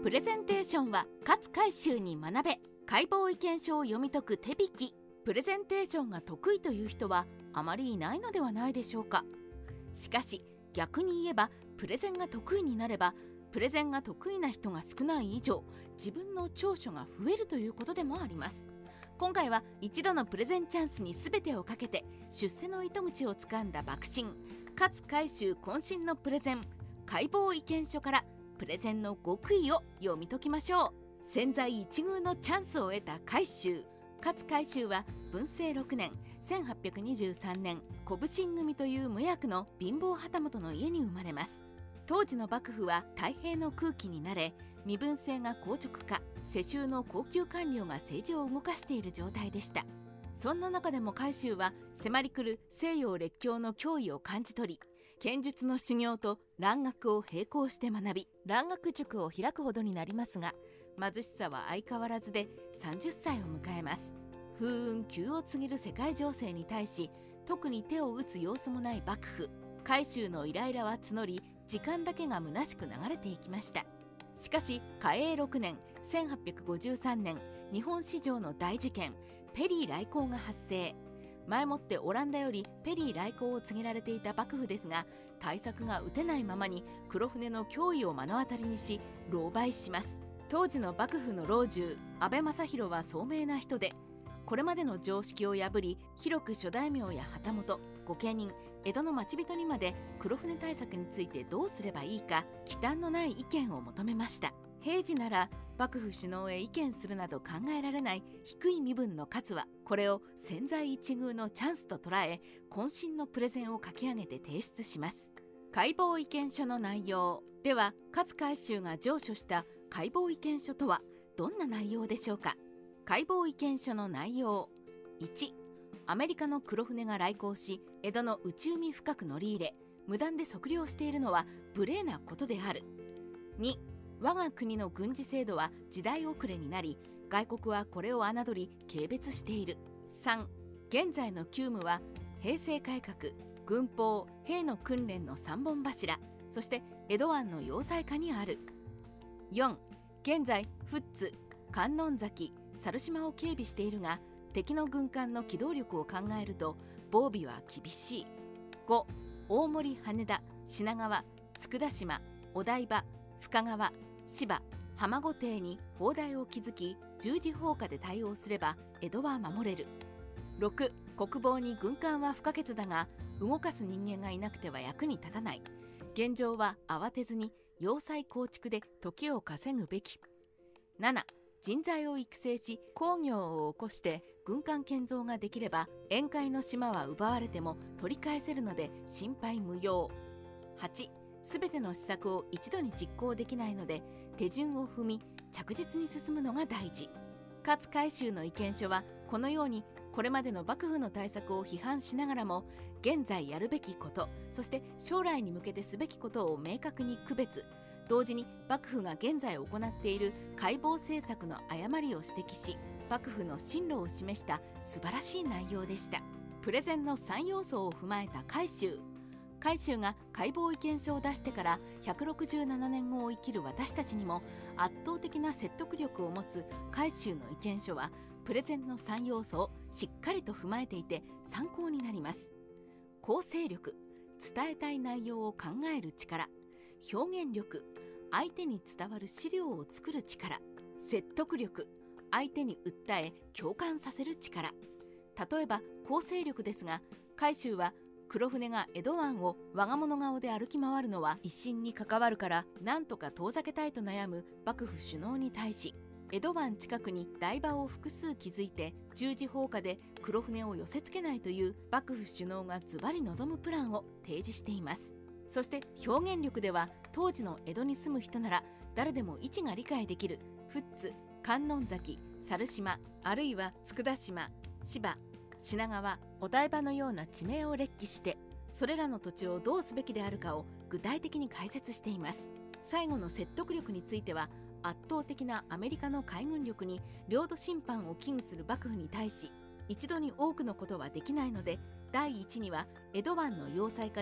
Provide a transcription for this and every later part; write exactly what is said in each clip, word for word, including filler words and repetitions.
プレゼンテーションは勝海舟に学べ。解剖意見書を読み解く手引き。プレゼンテーションが得意という人はあまりいないのではないでしょうか。しかし逆に言えば、プレゼンが得意になれば、プレゼンが得意な人が少ない以上、自分の長所が増えるということでもあります。今回は一度のプレゼンチャンスに全てをかけて出世の糸口をつかんだ幕臣勝海舟渾身のプレゼン解剖意見書からプレゼンの極意を読み解きましょう。千載一遇のチャンスを得た海舟。勝海舟は文政ろくねんせんはっぴゃくにじゅうさんねん小普請組という無役の貧乏旗本の家に生まれます。当時の幕府は太平の空気に慣れ、身分制が硬直化、世襲の高級官僚が政治を動かしている状態でした。そんな中でも海舟は迫り来る西洋列強の脅威を感じ取り、剣術の修行と蘭学を並行して学び、蘭学塾を開くほどになりますが、貧しさは相変わらずでさんじゅっさいを迎えます。風雲急を告げる世界情勢に対し、特に手を打つ様子もない幕府。海舟のイライラは募り、時間だけが虚しく流れていきました。しかし嘉永ろくねんせんはっぴゃくごじゅうさんねん、日本史上の大事件ペリー来航が発生。前もってオランダよりペリー来航を告げられていた幕府ですが、対策が打てないままに黒船の脅威を目の当たりにし狼狽します。当時の幕府の老中安倍正弘は聡明な人で、これまでの常識を破り、広く諸大名や旗本、御家人、江戸の町人にまで黒船対策についてどうすればいいか忌憚のない意見を求めました。平時なら幕府首脳へ意見するなど考えられない低い身分の勝は、これを千載一遇のチャンスと捉え、渾身のプレゼンを書き上げて提出します。解剖意見書の内容では、勝海舟が上書した解剖意見書とはどんな内容でしょうか。解剖意見書の内容。いち、アメリカの黒船が来航し、江戸の内海深く乗り入れ、無断で測量しているのは無礼なことである。に、我が国の軍事制度は時代遅れになり、外国はこれを侮り軽蔑している。さん、現在の急務は平成改革、軍法、兵の訓練のさんぼん柱、そして江戸湾の要塞化にある。よん、現在富津、観音崎、猿島を警備しているが、敵の軍艦の機動力を考えると防備は厳しい。ご、大森、羽田、品川、佃島、お台場、深川、芝、浜御邸に砲台を築き、十字砲火で対応すれば江戸は守れる。ろく、国防に軍艦は不可欠だが、動かす人間がいなくては役に立たない。現状は慌てずに要塞構築で時を稼ぐべき。なな、人材を育成し工業を起こして軍艦建造ができれば、沿海の島は奪われても取り返せるので心配無用。はち、すべての施策を一度に実行できないので、手順を踏み着実に進むのが大事。勝海舟の意見書はこのように、これまでの幕府の対策を批判しながらも、現在やるべきこと、そして将来に向けてすべきことを明確に区別、同時に幕府が現在行っている解剖政策の誤りを指摘し、幕府の進路を示した素晴らしい内容でした。プレゼンのさん要素を踏まえた海舟。海舟が解剖意見書を出してからひゃくろくじゅうななねんごを生きる私たちにも圧倒的な説得力を持つ海舟の意見書は、プレゼンのさん要素をしっかりと踏まえていて参考になります。構成力、伝えたい内容を考える力。表現力、相手に伝わる資料を作る力。説得力、相手に訴え共感させる力。例えば構成力ですが、海舟は黒船が江戸湾を我が物顔で歩き回るのは威信に関わるから、なんとか遠ざけたいと悩む幕府首脳に対し、江戸湾近くに台場を複数築いて十字砲火で黒船を寄せつけないという幕府首脳がズバリ望むプランを提示しています。そして表現力では、当時の江戸に住む人なら誰でも位置が理解できる富津、観音崎、猿島、あるいは佃島、芝、品川、お台場のような地名を列記して、それらの土地をどうすべきであるかを具体的に解説しています。最後の説得力については、圧倒的なアメリカの海軍力に領土侵犯を危惧する幕府に対し、一度に多くのことはできないので、第一には江戸湾の要塞化で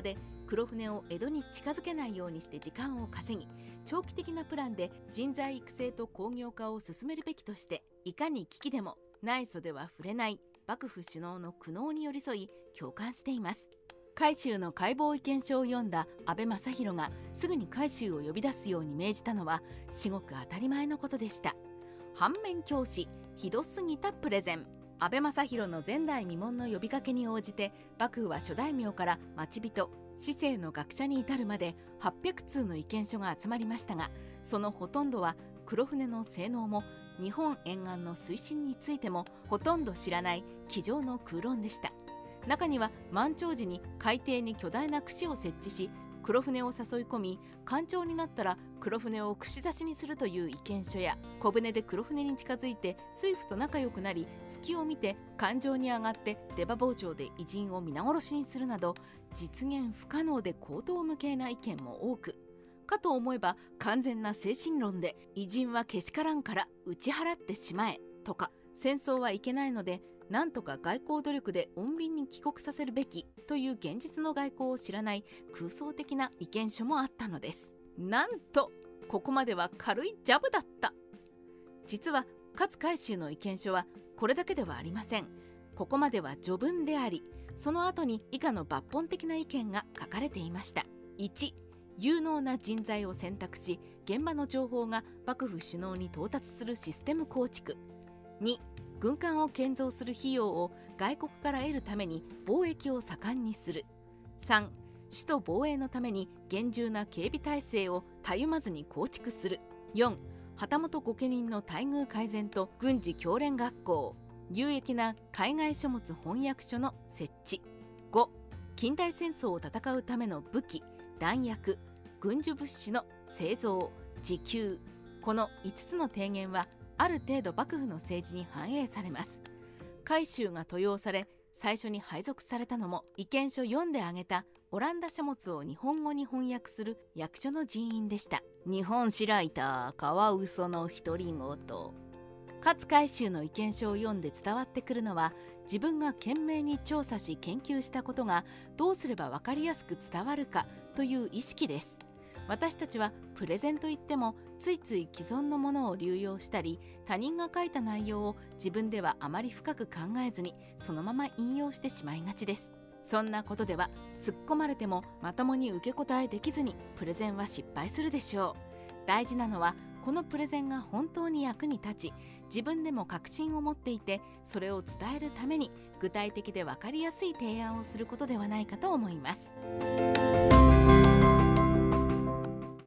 黒船を江戸に近づけないようにして時間を稼ぎ、長期的なプランで人材育成と工業化を進めるべきとして、いかに危機でも内訴では触れない幕府首脳の苦悩に寄り添い共感しています。海舟の解剖意見書を読んだ安倍正弘がすぐに海舟を呼び出すように命じたのは至極当たり前のことでした。反面教師、ひどすぎたプレゼン。安倍正弘の前代未聞の呼びかけに応じて、幕府は諸大名から町人、市政の学者に至るまではっぴゃくつうの意見書が集まりましたが、そのほとんどは黒船の性能も日本沿岸の推進についてもほとんど知らない机上の空論でした。中には満潮時に海底に巨大な櫛を設置し、黒船を誘い込み、干潮になったら黒船を串刺しにするという意見書や、小舟で黒船に近づいて水夫と仲良くなり、隙を見て艦上に上がって出刃包丁で偉人を皆殺しにするなど、実現不可能で荒唐無稽な意見も多く、かと思えば完全な精神論で、偉人はけしからんから打ち払ってしまえとか、戦争はいけないのでなんとか外交努力で穏便に帰国させるべきという現実の外交を知らない空想的な意見書もあったのです。なんとここまでは軽いジャブだった。実は勝海舟の意見書はこれだけではありません。ここまでは序文であり、その後に以下の抜本的な意見が書かれていました。いち、有能な人材を選択し、現場の情報が幕府首脳に到達するシステム構築。に、軍艦を建造する費用を外国から得るために貿易を盛んにする。さん、首都防衛のために厳重な警備体制をたゆまずに構築する。よん、旗本御家人の待遇改善と軍事教練学校、有益な海外書物翻訳所の設置。ご、近代戦争を戦うための武器、弾薬、軍需物資の製造、自給。このいつつの提言はある程度幕府の政治に反映されます。海舟が登用され最初に配属されたのも、意見書よんで挙げたオランダ書物を日本語に翻訳する役所の人員でした。日本史ライターカワウソの独り言。勝海舟の意見書を読んで伝わってくるのは、自分が懸命に調査し研究したことがどうすれば分かりやすく伝わるかという意識です。私たちはプレゼンといってもついつい既存のものを流用したり、他人が書いた内容を自分ではあまり深く考えずにそのまま引用してしまいがちです。そんなことでは突っ込まれてもまともに受け答えできずにプレゼンは失敗するでしょう。大事なのはこのプレゼンが本当に役に立ち、自分でも確信を持っていて、それを伝えるために具体的で分かりやすい提案をすることではないかと思います。